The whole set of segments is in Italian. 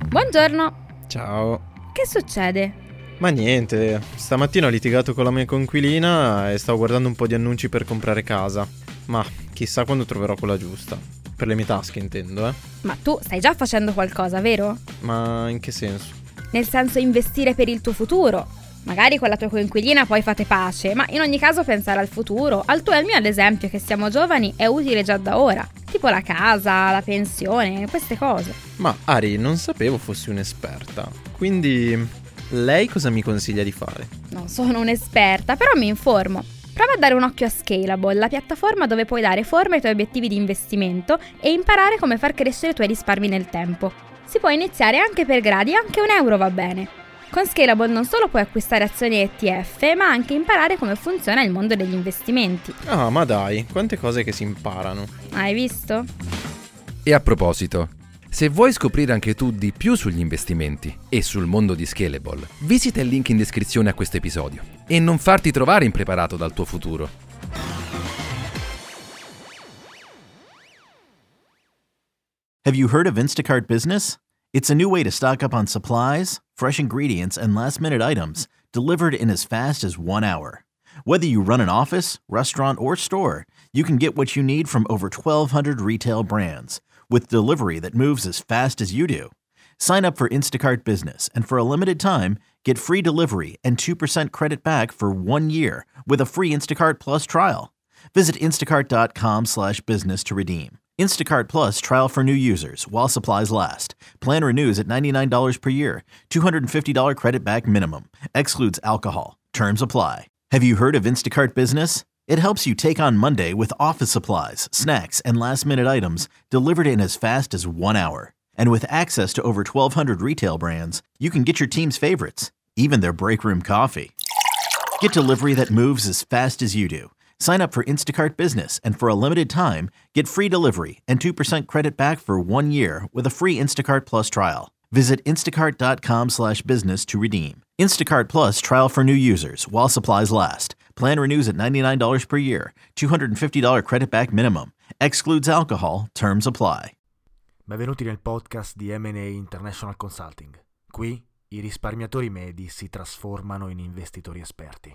Buongiorno. Ciao. Che succede? Ma niente, stamattina ho litigato con la mia coinquilina e stavo guardando un po' di annunci per comprare casa. Ma chissà quando troverò quella giusta. Per le mie tasche intendo, Ma tu stai già facendo qualcosa, vero? Ma in che senso? Nel senso investire per il tuo futuro. Magari con la tua coinquilina poi fate pace, ma in ogni caso pensare al futuro, al tuo e al mio ad esempio, che siamo giovani, è utile già da ora. Tipo la casa, la pensione, queste cose. Ma Ari, non sapevo fossi un'esperta. Quindi, lei cosa mi consiglia di fare? Non sono un'esperta, però mi informo. Prova a dare un occhio a Scalable, la piattaforma dove puoi dare forma ai tuoi obiettivi di investimento e imparare come far crescere i tuoi risparmi nel tempo. Si può iniziare anche per gradi, anche €1 va bene. Con Scalable non solo puoi acquistare azioni e ETF, ma anche imparare come funziona il mondo degli investimenti. Ah, ma dai, quante cose che si imparano. Hai visto? E a proposito, se vuoi scoprire anche tu di più sugli investimenti e sul mondo di Scalable, visita il link in descrizione a questo episodio e non farti trovare impreparato dal tuo futuro. Have you heard of Instacart Business? It's a new way to stock up on supplies, fresh ingredients, and last-minute items delivered in as fast as 1 hour. Whether you run an office, restaurant, or store, you can get what you need from over 1,200 retail brands with delivery that moves as fast as you do. Sign up for Instacart Business and for a limited time, get free delivery and 2% credit back for 1 year with a free Instacart Plus trial. Visit instacart.com/business to redeem. Instacart Plus trial for new users while supplies last. Plan renews at $99 per year. $250 credit back minimum. Excludes alcohol. Terms apply. Have you heard of Instacart Business? It helps you take on Monday with office supplies, snacks, and last-minute items delivered in as fast as 1 hour. And with access to over 1,200 retail brands, you can get your team's favorites, even their break room coffee. Get delivery that moves as fast as you do. Sign up for Instacart Business and for a limited time, get free delivery and 2% credit back for 1 year with a free Instacart Plus trial. Visit instacart.com/business to redeem. Instacart Plus trial for new users while supplies last. Plan renews at $99 per year. $250 credit back minimum. Excludes alcohol. Terms apply. Benvenuti nel podcast di M&A International Consulting. Qui i risparmiatori medi si trasformano in investitori esperti.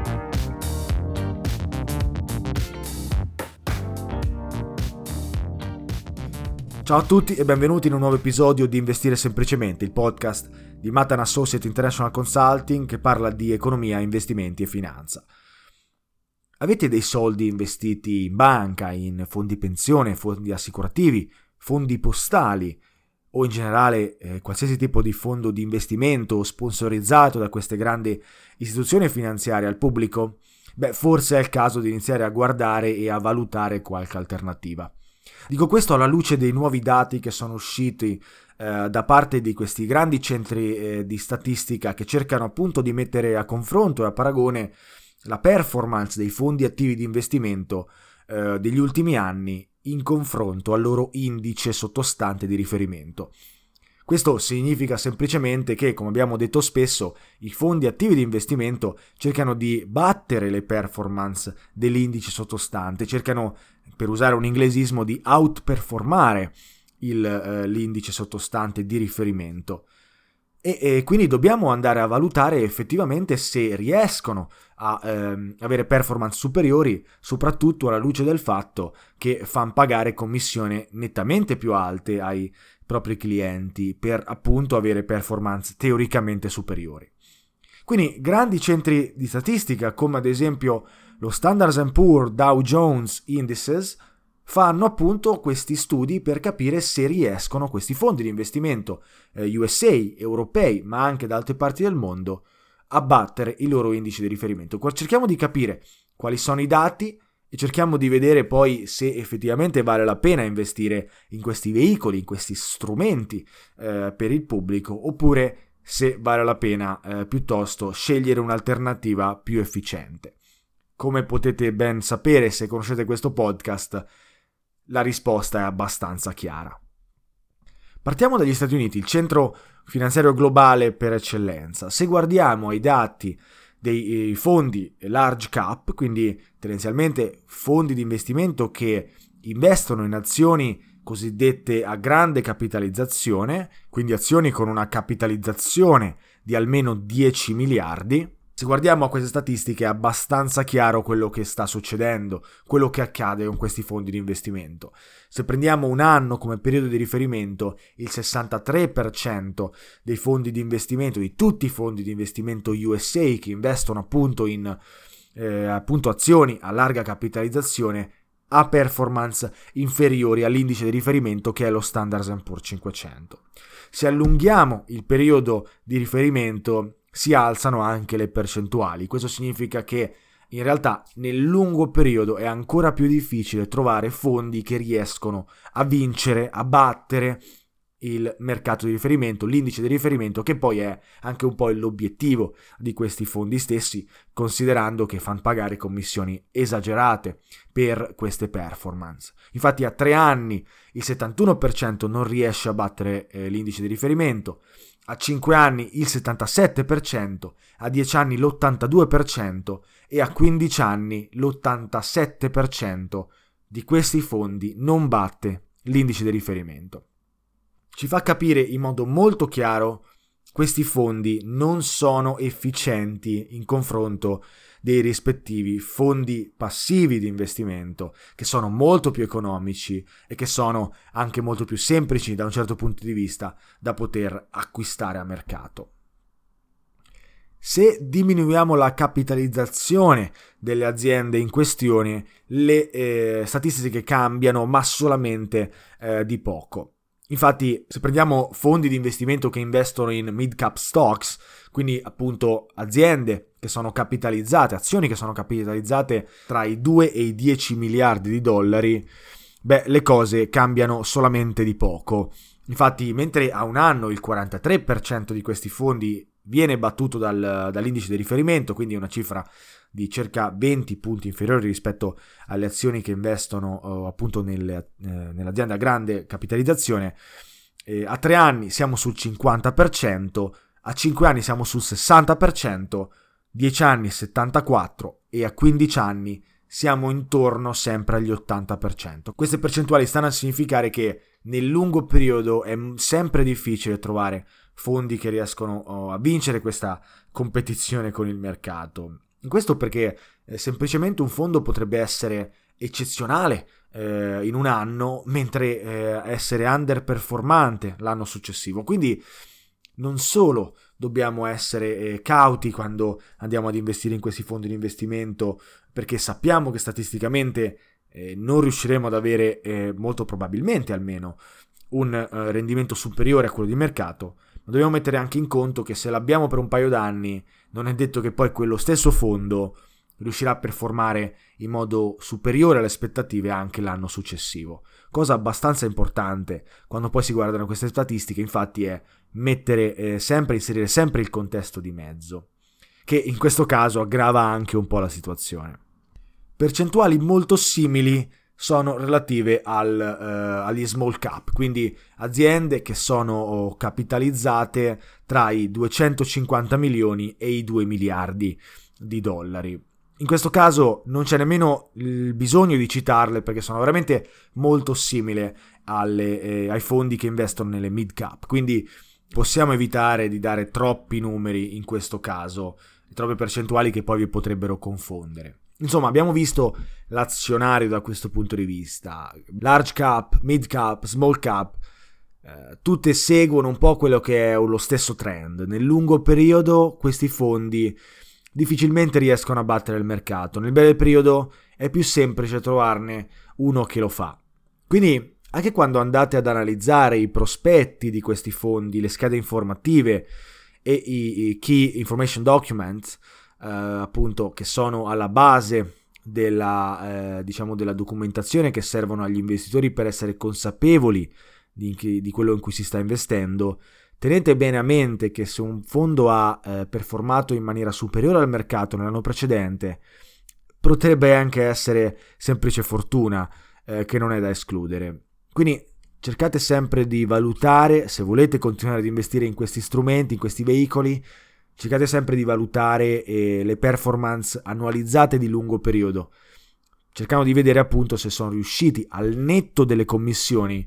Ciao a tutti e benvenuti in un nuovo episodio di Investire Semplicemente, il podcast di Matan Associate International Consulting che parla di economia, investimenti e finanza. Avete dei soldi investiti in banca, in fondi pensione, fondi assicurativi, fondi postali o in generale qualsiasi tipo di fondo di investimento sponsorizzato da queste grandi istituzioni finanziarie al pubblico? Beh, forse è il caso di iniziare a guardare e a valutare qualche alternativa. Dico questo alla luce dei nuovi dati che sono usciti da parte di questi grandi centri di statistica che cercano appunto di mettere a confronto e a paragone la performance dei fondi attivi di investimento degli ultimi anni in confronto al loro indice sottostante di riferimento. Questo significa semplicemente che, come abbiamo detto spesso, i fondi attivi di investimento cercano di battere le performance dell'indice sottostante, cercano, per usare un inglesismo, di outperformare l'indice sottostante di riferimento. E quindi dobbiamo andare a valutare effettivamente se riescono a avere performance superiori, soprattutto alla luce del fatto che fanno pagare commissioni nettamente più alte ai propri clienti per appunto avere performance teoricamente superiori. Quindi grandi centri di statistica come ad esempio lo Standard & Poor's Dow Jones Indices fanno appunto questi studi per capire se riescono questi fondi di investimento USA, europei, ma anche da altre parti del mondo a battere i loro indici di riferimento. Cerchiamo di capire quali sono i dati e cerchiamo di vedere poi se effettivamente vale la pena investire in questi veicoli, in questi strumenti per il pubblico, oppure se vale la pena piuttosto scegliere un'alternativa più efficiente. Come potete ben sapere se conoscete questo podcast, la risposta è abbastanza chiara. Partiamo dagli Stati Uniti, il centro finanziario globale per eccellenza. Se guardiamo ai dati dei fondi large cap, quindi tendenzialmente fondi di investimento che investono in azioni cosiddette a grande capitalizzazione, quindi azioni con una capitalizzazione di almeno 10 miliardi. Se guardiamo a queste statistiche è abbastanza chiaro quello che sta succedendo, quello che accade con questi fondi di investimento. Se prendiamo un anno come periodo di riferimento, il 63% dei fondi di investimento, di tutti i fondi di investimento USA che investono appunto in azioni a larga capitalizzazione, ha performance inferiori all'indice di riferimento che è lo Standard & Poor's 500. Se allunghiamo il periodo di riferimento si alzano anche le percentuali. Questo significa che in realtà nel lungo periodo è ancora più difficile trovare fondi che riescono a vincere, a battere il mercato di riferimento, l'indice di riferimento, che poi è anche un po' l'obiettivo di questi fondi stessi, considerando che fanno pagare commissioni esagerate per queste performance. Infatti a 3 anni il 71% non riesce a battere l'indice di riferimento, a 5 anni il 77%, a 10 anni l'82% e a 15 anni l'87% di questi fondi non batte l'indice di riferimento. Ci fa capire in modo molto chiaro questi fondi non sono efficienti in confronto dei rispettivi fondi passivi di investimento, che sono molto più economici e che sono anche molto più semplici da un certo punto di vista da poter acquistare a mercato. Se diminuiamo la capitalizzazione delle aziende in questione, le statistiche cambiano, ma solamente di poco. Infatti, se prendiamo fondi di investimento che investono in mid-cap stocks, quindi appunto aziende che sono capitalizzate, azioni che sono capitalizzate tra i 2 e i 10 miliardi di dollari, le cose cambiano solamente di poco. Infatti, mentre a un anno il 43% di questi fondi viene battuto dall'indice di riferimento, quindi una cifra di circa 20 punti inferiori rispetto alle azioni che investono appunto nell'azienda a grande capitalizzazione, a 3 anni siamo sul 50%, a 5 anni siamo sul 60%, 10 anni 74% e a 15 anni siamo intorno sempre agli 80%. Queste percentuali stanno a significare che nel lungo periodo è sempre difficile trovare fondi che riescono a vincere questa competizione con il mercato. Questo perché semplicemente un fondo potrebbe essere eccezionale in un anno, mentre essere underperformante l'anno successivo. Quindi non solo dobbiamo essere cauti quando andiamo ad investire in questi fondi di investimento, perché sappiamo che statisticamente non riusciremo ad avere, molto probabilmente almeno, un rendimento superiore a quello di mercato, ma dobbiamo mettere anche in conto che se l'abbiamo per un paio d'anni, non è detto che poi quello stesso fondo riuscirà a performare in modo superiore alle aspettative anche l'anno successivo. Cosa abbastanza importante quando poi si guardano queste statistiche, infatti, è inserire sempre il contesto di mezzo, che in questo caso aggrava anche un po' la situazione. Percentuali molto simili sono relative agli small cap, quindi aziende che sono capitalizzate tra i 250 milioni e i 2 miliardi di dollari. In questo caso non c'è nemmeno il bisogno di citarle perché sono veramente molto simili ai fondi che investono nelle mid cap, quindi possiamo evitare di dare troppi numeri in questo caso, troppe percentuali che poi vi potrebbero confondere. Insomma, abbiamo visto l'azionario da questo punto di vista. Large cap, mid cap, small cap, tutte seguono un po' quello che è lo stesso trend. Nel lungo periodo questi fondi difficilmente riescono a battere il mercato. Nel breve periodo è più semplice trovarne uno che lo fa. Quindi anche quando andate ad analizzare i prospetti di questi fondi, le schede informative e i key information documents, appunto, che sono alla base della documentazione che servono agli investitori per essere consapevoli di quello in cui si sta investendo, tenete bene a mente che se un fondo ha performato in maniera superiore al mercato nell'anno precedente, potrebbe anche essere semplice fortuna, che non è da escludere. Quindi cercate sempre di valutare, se volete continuare ad investire in questi strumenti, in questi veicoli, cercate sempre di valutare le performance annualizzate di lungo periodo, cercando di vedere appunto se sono riusciti al netto delle commissioni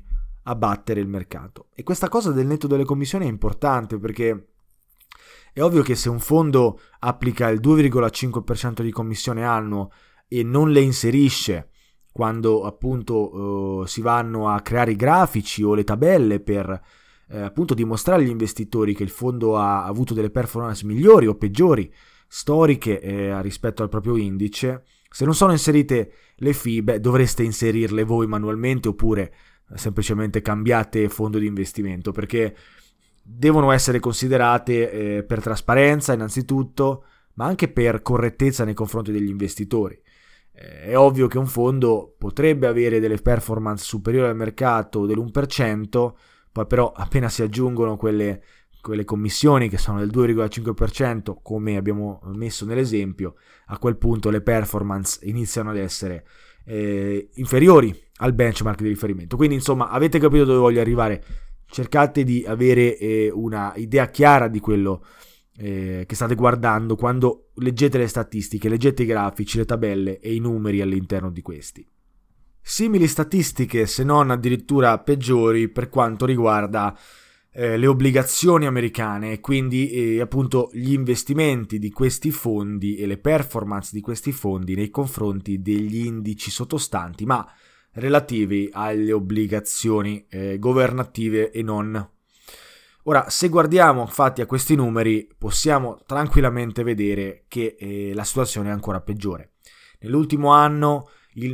a battere il mercato. E questa cosa del netto delle commissioni è importante, perché è ovvio che se un fondo applica il 2,5% di commissione annuo e non le inserisce quando appunto si vanno a creare i grafici o le tabelle per appunto dimostrare agli investitori che il fondo ha avuto delle performance migliori o peggiori storiche rispetto al proprio indice, se non sono inserite le fee, dovreste inserirle voi manualmente, oppure semplicemente cambiate fondo di investimento, perché devono essere considerate per trasparenza innanzitutto, ma anche per correttezza nei confronti degli investitori. È ovvio che un fondo potrebbe avere delle performance superiori al mercato dell'1%, poi però appena si aggiungono quelle commissioni che sono del 2,5%, come abbiamo messo nell'esempio, a quel punto le performance iniziano ad essere inferiori al benchmark di riferimento. Quindi insomma, avete capito dove voglio arrivare. Cercate di avere una idea chiara di quello che state guardando quando leggete le statistiche, leggete i grafici, le tabelle e i numeri all'interno di questi. Simili statistiche, se non addirittura peggiori, per quanto riguarda le obbligazioni americane, e quindi appunto gli investimenti di questi fondi e le performance di questi fondi nei confronti degli indici sottostanti, ma relativi alle obbligazioni governative e non. Ora, se guardiamo infatti a questi numeri, possiamo tranquillamente vedere che la situazione è ancora peggiore. Nell'ultimo anno il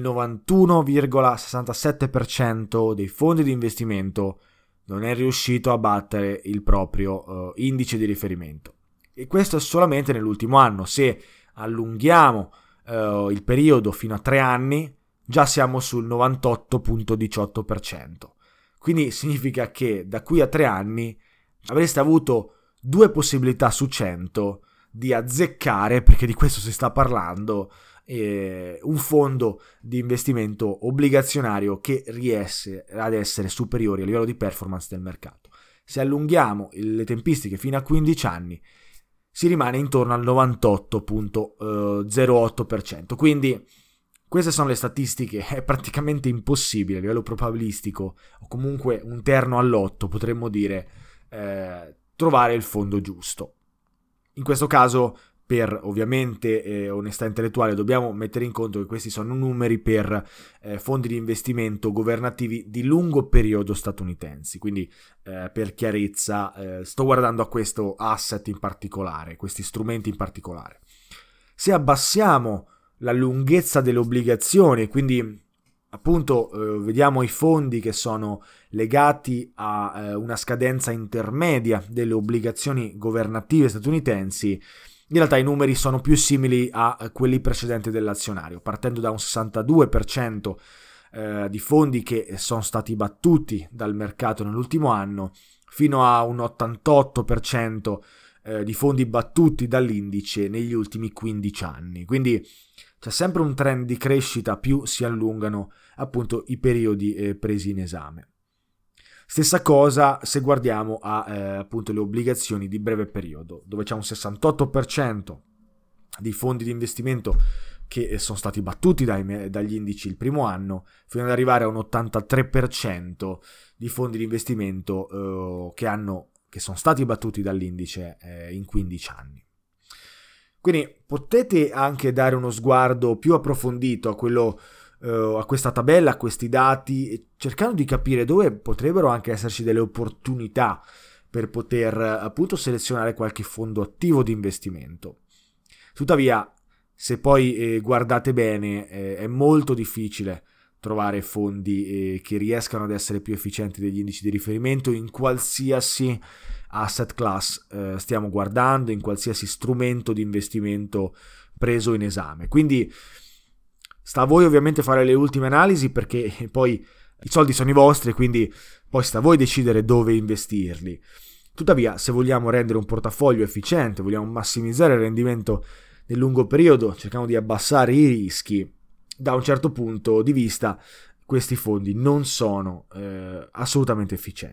91,67% dei fondi di investimento non è riuscito a battere il proprio indice di riferimento. E questo è solamente nell'ultimo anno. Se allunghiamo il periodo fino a 3 anni, già siamo sul 98,18%. Quindi significa che da qui a 3 anni avreste avuto 2 possibilità su 100 di azzeccare, perché di questo si sta parlando, un fondo di investimento obbligazionario che riesce ad essere superiore a livello di performance del mercato. Se allunghiamo le tempistiche fino a 15 anni, si rimane intorno al 98,08%. Quindi queste sono le statistiche. È praticamente impossibile a livello probabilistico, o comunque un terno all'8 potremmo dire, trovare il fondo giusto. In questo caso, per ovviamente onestà intellettuale, dobbiamo mettere in conto che questi sono numeri per fondi di investimento governativi di lungo periodo statunitensi. Quindi per chiarezza sto guardando a questo asset in particolare, questi strumenti in particolare. Se abbassiamo la lunghezza delle obbligazioni, quindi appunto vediamo i fondi che sono legati a una scadenza intermedia delle obbligazioni governative statunitensi, in realtà i numeri sono più simili a quelli precedenti dell'azionario, partendo da un 62% di fondi che sono stati battuti dal mercato nell'ultimo anno, fino a un 88% di fondi battuti dall'indice negli ultimi 15 anni. Quindi c'è sempre un trend di crescita più si allungano appunto i periodi presi in esame. Stessa cosa se guardiamo a appunto le obbligazioni di breve periodo, dove c'è un 68% di fondi di investimento che sono stati battuti dagli indici il primo anno, fino ad arrivare a un 83% di fondi di investimento che sono stati battuti dall'indice in 15 anni. Quindi potete anche dare uno sguardo più approfondito a questa tabella, a questi dati, cercando di capire dove potrebbero anche esserci delle opportunità per poter appunto selezionare qualche fondo attivo di investimento. Tuttavia, se poi guardate bene, è molto difficile trovare fondi che riescano ad essere più efficienti degli indici di riferimento in qualsiasi asset class stiamo guardando, in qualsiasi strumento di investimento preso in esame. Quindi sta a voi ovviamente fare le ultime analisi, perché poi i soldi sono i vostri, quindi poi sta a voi decidere dove investirli. Tuttavia, se vogliamo rendere un portafoglio efficiente, vogliamo massimizzare il rendimento nel lungo periodo, cercando di abbassare i rischi, da un certo punto di vista questi fondi non sono assolutamente efficienti.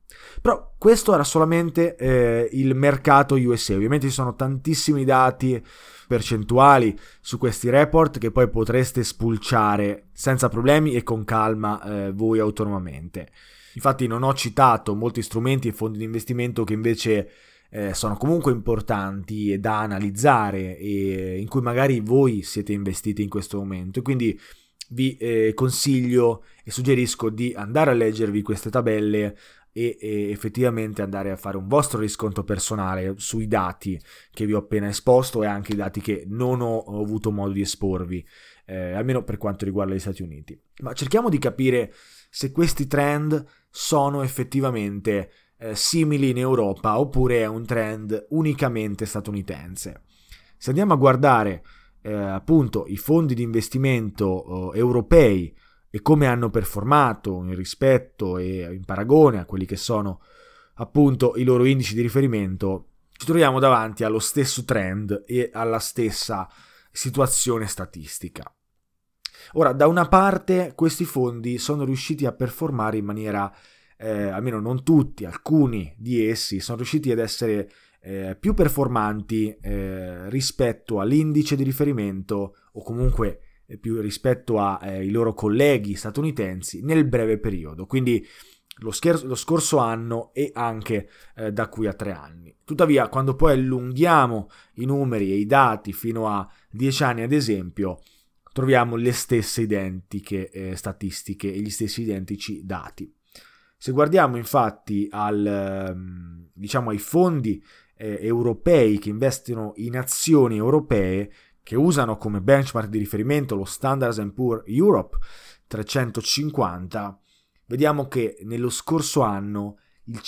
Però questo era solamente il mercato USA. Ovviamente ci sono tantissimi dati percentuali su questi report che poi potreste spulciare senza problemi e con calma voi autonomamente. Infatti non ho citato molti strumenti e fondi di investimento che invece sono comunque importanti e da analizzare e in cui magari voi siete investiti in questo momento, e quindi vi consiglio e suggerisco di andare a leggervi queste tabelle e effettivamente andare a fare un vostro riscontro personale sui dati che vi ho appena esposto e anche i dati che non ho avuto modo di esporvi, almeno per quanto riguarda gli Stati Uniti. Ma cerchiamo di capire se questi trend sono effettivamente simili in Europa oppure è un trend unicamente statunitense. Se andiamo a guardare appunto i fondi di investimento europei e come hanno performato in rispetto e in paragone a quelli che sono appunto i loro indici di riferimento, ci troviamo davanti allo stesso trend e alla stessa situazione statistica. Ora, da una parte questi fondi sono riusciti a performare in maniera, almeno non tutti, alcuni di essi sono riusciti ad essere più performanti rispetto all'indice di riferimento o comunque più rispetto ai loro colleghi statunitensi nel breve periodo, quindi lo scorso anno e anche da qui a 3 anni. Tuttavia, quando poi allunghiamo i numeri e i dati fino a 10 anni ad esempio, troviamo le stesse identiche statistiche e gli stessi identici dati. Se guardiamo infatti ai fondi europei che investono in azioni europee, che usano come benchmark di riferimento lo Standard & Poor's Europe 350, vediamo che nello scorso anno il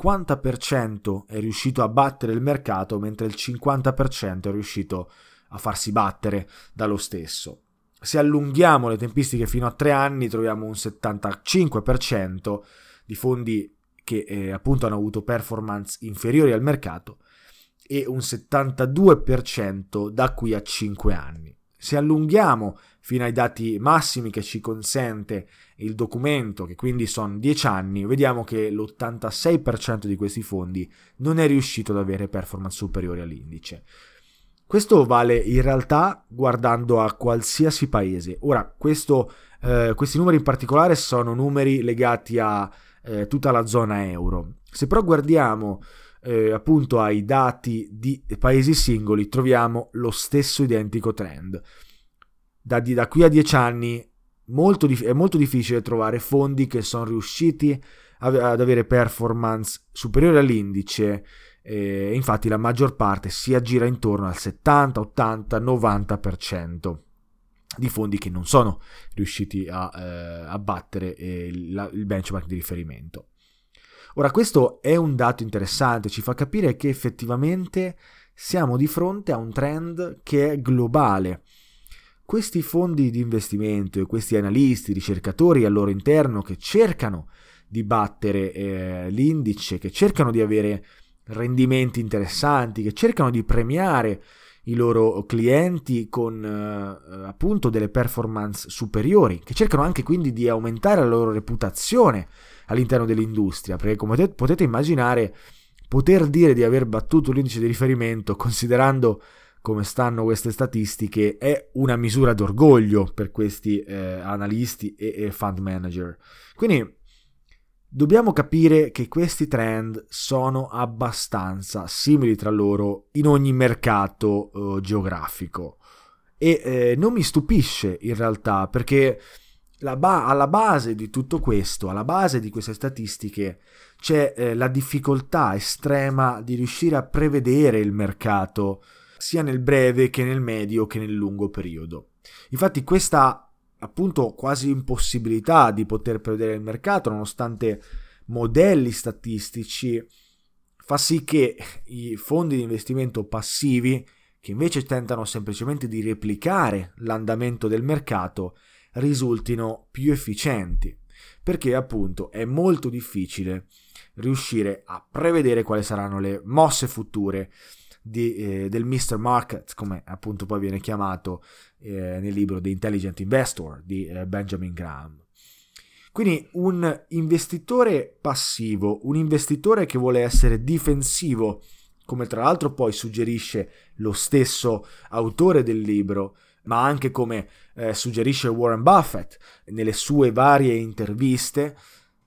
50% è riuscito a battere il mercato, mentre il 50% è riuscito a farsi battere dallo stesso. Se allunghiamo le tempistiche fino a 3 anni, troviamo un 75% di fondi che appunto hanno avuto performance inferiori al mercato e un 72% da qui a 5 anni. Se allunghiamo fino ai dati massimi che ci consente il documento, che quindi sono 10 anni, vediamo che l'86% di questi fondi non è riuscito ad avere performance superiori all'indice. Questo vale in realtà guardando a qualsiasi paese. Ora, questi numeri in particolare sono numeri legati a tutta la zona euro. Se però guardiamo appunto ai dati di paesi singoli, troviamo lo stesso identico trend. Da qui a 10 anni è molto difficile trovare fondi che sono riusciti ad avere performance superiori all'indice. Infatti la maggior parte si aggira intorno al 70, 80, 90% di fondi che non sono riusciti a battere il benchmark di riferimento. Ora, questo è un dato interessante, ci fa capire che effettivamente siamo di fronte a un trend che è globale. Questi fondi di investimento e questi analisti, ricercatori al loro interno che cercano di battere l'indice, che cercano di avere rendimenti interessanti, che cercano di premiare i loro clienti con appunto delle performance superiori, che cercano anche quindi di aumentare la loro reputazione all'interno dell'industria, perché come potete immaginare, poter dire di aver battuto l'indice di riferimento, considerando come stanno queste statistiche, è una misura d'orgoglio per questi analisti e fund manager. Quindi dobbiamo capire che questi trend sono abbastanza simili tra loro in ogni mercato geografico e non mi stupisce in realtà, perché alla base di tutto questo, alla base di queste statistiche c'è la difficoltà estrema di riuscire a prevedere il mercato sia nel breve che nel medio che nel lungo periodo. Infatti questa appunto quasi impossibilità di poter prevedere il mercato, nonostante modelli statistici, fa sì che i fondi di investimento passivi, che invece tentano semplicemente di replicare l'andamento del mercato, risultino più efficienti, perché appunto è molto difficile riuscire a prevedere quali saranno le mosse future del Mr. Market, come appunto poi viene chiamato nel libro The Intelligent Investor di Benjamin Graham. Quindi un investitore passivo, un investitore che vuole essere difensivo, come tra l'altro poi suggerisce lo stesso autore del libro, ma anche come suggerisce Warren Buffett nelle sue varie interviste,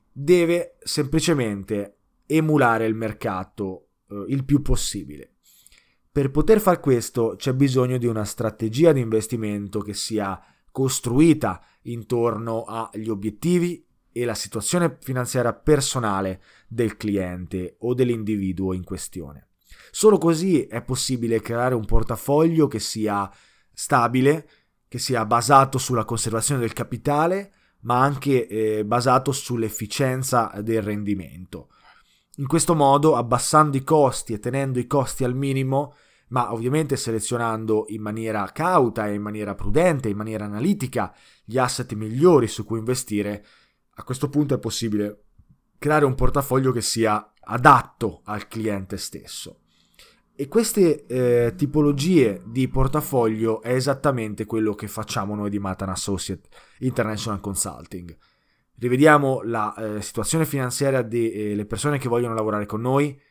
deve semplicemente emulare il mercato il più possibile. Per poter far questo c'è bisogno di una strategia di investimento che sia costruita intorno agli obiettivi e la situazione finanziaria personale del cliente o dell'individuo in questione. Solo così è possibile creare un portafoglio che sia stabile, che sia basato sulla conservazione del capitale, ma anche basato sull'efficienza del rendimento. In questo modo, abbassando i costi e tenendo i costi al minimo, ma ovviamente selezionando in maniera cauta e in maniera prudente, in maniera analitica, gli asset migliori su cui investire, a questo punto è possibile creare un portafoglio che sia adatto al cliente stesso. E queste tipologie di portafoglio è esattamente quello che facciamo noi di Matan Associate International Consulting. Rivediamo la situazione finanziaria delle persone che vogliono lavorare con noi,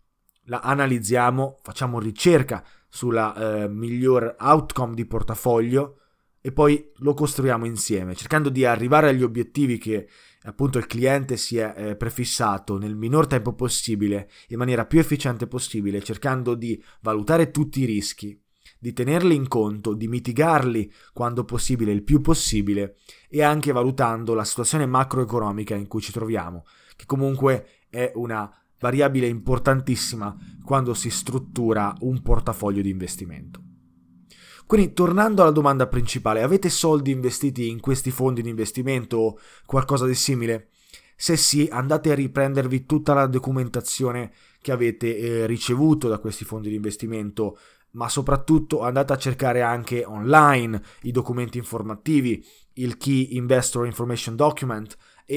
la analizziamo, facciamo ricerca sulla miglior outcome di portafoglio e poi lo costruiamo insieme, cercando di arrivare agli obiettivi che appunto il cliente si è prefissato nel minor tempo possibile, in maniera più efficiente possibile, cercando di valutare tutti i rischi, di tenerli in conto, di mitigarli quando possibile, il più possibile, e anche valutando la situazione macroeconomica in cui ci troviamo, che comunque è una variabile importantissima quando si struttura un portafoglio di investimento. Quindi, tornando alla domanda principale, avete soldi investiti in questi fondi di investimento o qualcosa di simile? Se sì, andate a riprendervi tutta la documentazione che avete ricevuto da questi fondi di investimento, ma soprattutto andate a cercare anche online i documenti informativi, il Key Investor Information Document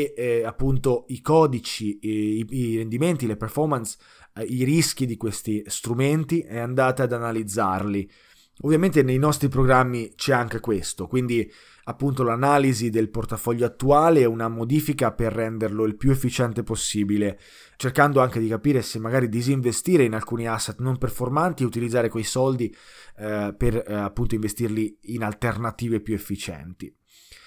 e appunto i codici, i rendimenti, le performance, i rischi di questi strumenti, e andate ad analizzarli. Ovviamente nei nostri programmi c'è anche questo, quindi appunto l'analisi del portafoglio attuale e una modifica per renderlo il più efficiente possibile, cercando anche di capire se magari disinvestire in alcuni asset non performanti e utilizzare quei soldi per appunto investirli in alternative più efficienti.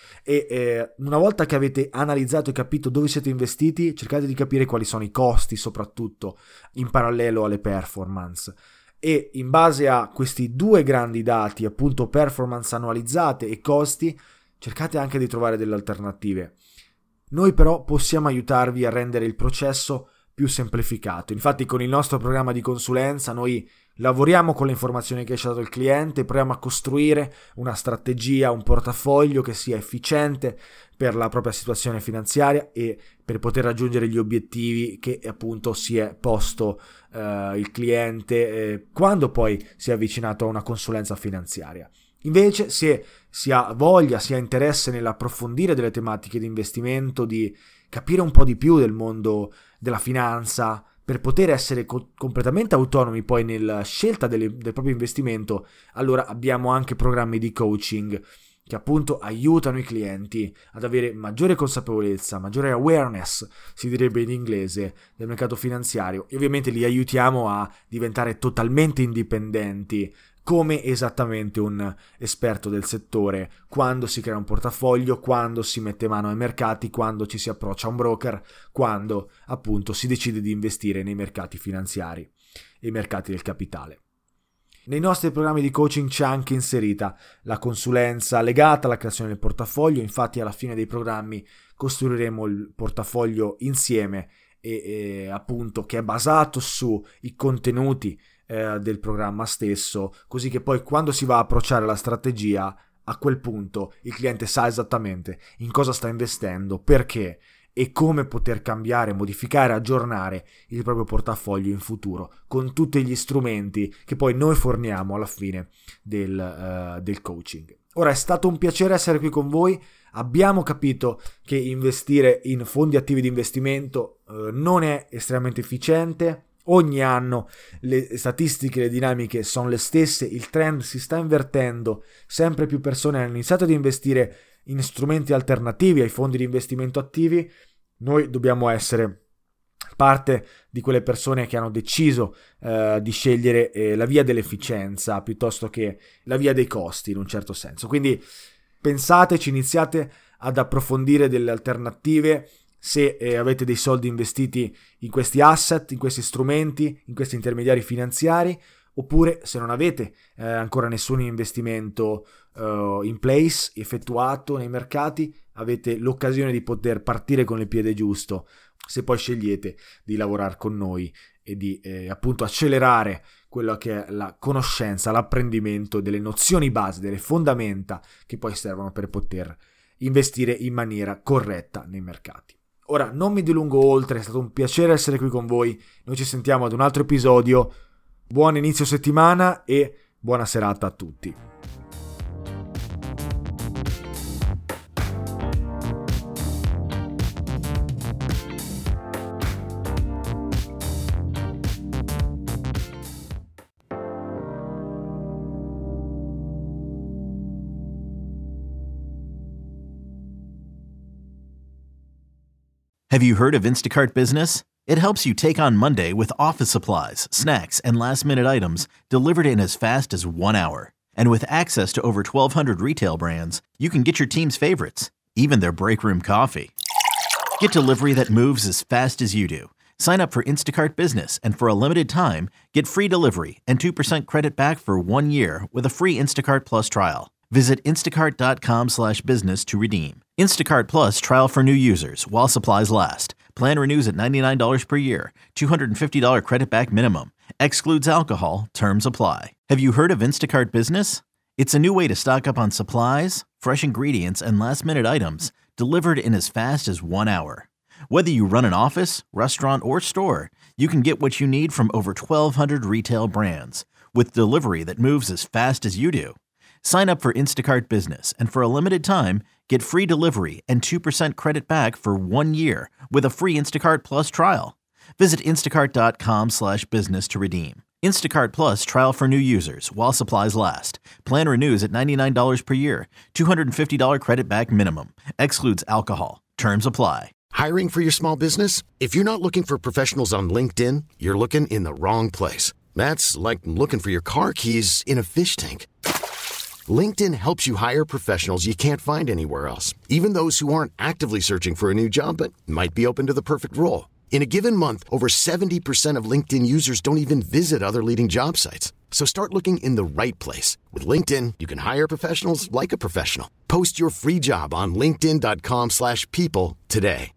E una volta che avete analizzato e capito dove siete investiti, cercate di capire quali sono i costi, soprattutto in parallelo alle performance. E in base a questi due grandi dati, appunto performance annualizzate e costi, cercate anche di trovare delle alternative. Noi però possiamo aiutarvi a rendere il processo più semplificato. Infatti con il nostro programma di consulenza noi lavoriamo con le informazioni che ci ha dato il cliente, proviamo a costruire una strategia, un portafoglio che sia efficiente per la propria situazione finanziaria e per poter raggiungere gli obiettivi che appunto si è posto il cliente quando poi si è avvicinato a una consulenza finanziaria. Invece, se si ha voglia, si ha interesse nell'approfondire delle tematiche di investimento, di capire un po' di più del mondo della finanza, per poter essere completamente autonomi poi nella scelta del proprio investimento, allora abbiamo anche programmi di coaching che appunto aiutano i clienti ad avere maggiore consapevolezza, maggiore awareness, si direbbe in inglese, del mercato finanziario, e ovviamente li aiutiamo a diventare totalmente indipendenti, come esattamente un esperto del settore, quando si crea un portafoglio, quando si mette mano ai mercati, quando ci si approccia a un broker, quando appunto si decide di investire nei mercati finanziari e i mercati del capitale. Nei nostri programmi di coaching c'è anche inserita la consulenza legata alla creazione del portafoglio, infatti alla fine dei programmi costruiremo il portafoglio insieme e appunto che è basato sui contenuti del programma stesso, così che poi quando si va a approcciare la strategia, a quel punto il cliente sa esattamente in cosa sta investendo, perché e come poter cambiare, modificare, aggiornare il proprio portafoglio in futuro con tutti gli strumenti che poi noi forniamo alla fine del coaching. Ora, è stato un piacere essere qui con voi. Abbiamo capito che investire in fondi attivi di investimento non è estremamente efficiente. Ogni anno le statistiche, le dinamiche sono le stesse, il trend si sta invertendo, sempre più persone hanno iniziato ad investire in strumenti alternativi ai fondi di investimento attivi, noi dobbiamo essere parte di quelle persone che hanno deciso di scegliere la via dell'efficienza piuttosto che la via dei costi, in un certo senso. Quindi pensateci, iniziate ad approfondire delle alternative se avete dei soldi investiti in questi asset, in questi strumenti, in questi intermediari finanziari, oppure se non avete ancora nessun investimento in place, effettuato nei mercati, avete l'occasione di poter partire con il piede giusto se poi scegliete di lavorare con noi e di appunto accelerare quello che è la conoscenza, l'apprendimento delle nozioni base, delle fondamenta che poi servono per poter investire in maniera corretta nei mercati. Ora non mi dilungo oltre, è stato un piacere essere qui con voi, noi ci sentiamo ad un altro episodio, buon inizio settimana e buona serata a tutti. Have you heard of Instacart Business? It helps you take on Monday with office supplies, snacks, and last-minute items delivered in as fast as 1 hour. And with access to over 1,200 retail brands, you can get your team's favorites, even their break room coffee. Get delivery that moves as fast as you do. Sign up for Instacart Business, and for a limited time, get free delivery and 2% credit back for 1 year with a free Instacart Plus trial. Visit instacart.com/business to redeem. Instacart Plus trial for new users while supplies last. Plan renews at $99 per year. $250 credit back minimum. Excludes alcohol. Terms apply. Have you heard of Instacart Business? It's a new way to stock up on supplies, fresh ingredients, and last-minute items delivered in as fast as 1 hour. Whether you run an office, restaurant, or store, you can get what you need from over 1,200 retail brands with delivery that moves as fast as you do. Sign up for Instacart Business, and for a limited time, get free delivery and 2% credit back for 1 year with a free Instacart Plus trial. Visit instacart.com/business to redeem. Instacart Plus trial for new users while supplies last. Plan renews at $99 per year. $250 credit back minimum. Excludes alcohol. Terms apply. Hiring for your small business? If you're not looking for professionals on LinkedIn, you're looking in the wrong place. That's like looking for your car keys in a fish tank. LinkedIn helps you hire professionals you can't find anywhere else, even those who aren't actively searching for a new job but might be open to the perfect role. In a given month, over 70% of LinkedIn users don't even visit other leading job sites. So start looking in the right place. With LinkedIn, you can hire professionals like a professional. Post your free job on linkedin.com/people today.